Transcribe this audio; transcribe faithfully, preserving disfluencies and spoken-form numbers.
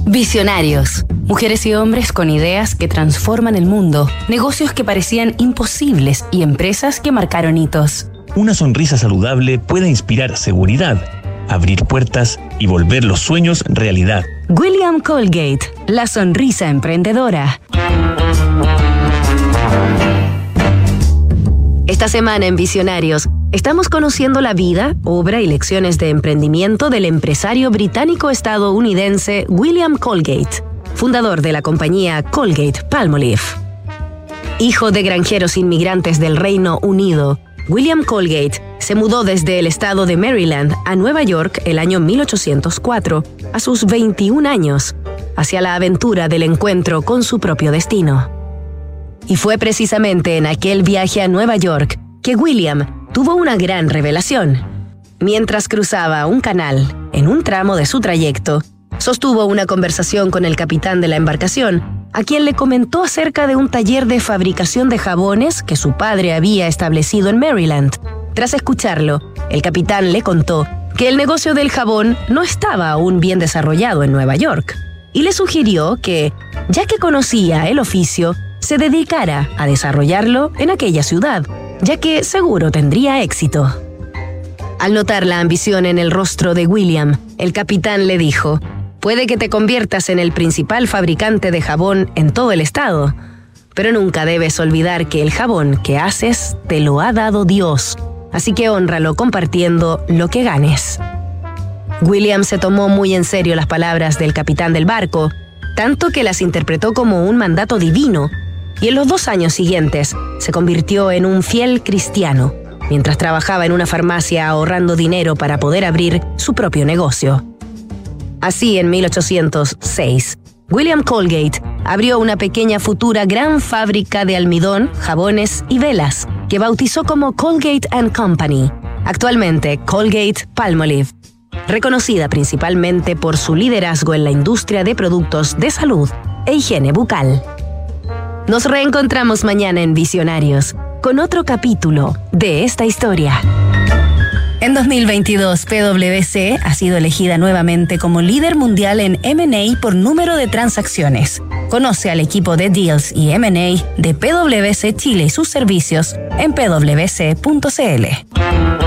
Visionarios. Mujeres y hombres con ideas que transforman el mundo, negocios que parecían imposibles y empresas que marcaron hitos. Una sonrisa saludable puede inspirar seguridad, abrir puertas y volver los sueños realidad. William Colgate, la sonrisa emprendedora. Esta semana en Visionarios, estamos conociendo la vida, obra y lecciones de emprendimiento del empresario británico-estadounidense William Colgate, fundador de la compañía Colgate-Palmolive. Hijo de granjeros inmigrantes del Reino Unido, William Colgate se mudó desde el estado de Maryland a Nueva York el año mil ochocientos cuatro, a sus veintiún años, hacia la aventura del encuentro con su propio destino. Y fue precisamente en aquel viaje a Nueva York que William tuvo una gran revelación. Mientras cruzaba un canal, en un tramo de su trayecto, sostuvo una conversación con el capitán de la embarcación, a quien le comentó acerca de un taller de fabricación de jabones que su padre había establecido en Maryland. Tras escucharlo, el capitán le contó que el negocio del jabón no estaba aún bien desarrollado en Nueva York, y le sugirió que, ya que conocía el oficio, se dedicara a desarrollarlo en aquella ciudad, ya que seguro tendría éxito. Al notar la ambición en el rostro de William, el capitán le dijo: «Puede que te conviertas en el principal fabricante de jabón en todo el estado, pero nunca debes olvidar que el jabón que haces te lo ha dado Dios, así que hónralo compartiendo lo que ganes». William se tomó muy en serio las palabras del capitán del barco, tanto que las interpretó como un mandato divino, y en los dos años siguientes se convirtió en un fiel cristiano, mientras trabajaba en una farmacia ahorrando dinero para poder abrir su propio negocio. Así, en mil ochocientos seis, William Colgate abrió una pequeña futura gran fábrica de almidón, jabones y velas, que bautizó como Colgate and Company, actualmente Colgate-Palmolive, reconocida principalmente por su liderazgo en la industria de productos de salud e higiene bucal. Nos reencontramos mañana en Visionarios con otro capítulo de esta historia. En dos mil veintidós, P W C ha sido elegida nuevamente como líder mundial en M and A por número de transacciones. Conoce al equipo de Deals y M and A de P W C Chile y sus servicios en p w c punto c l.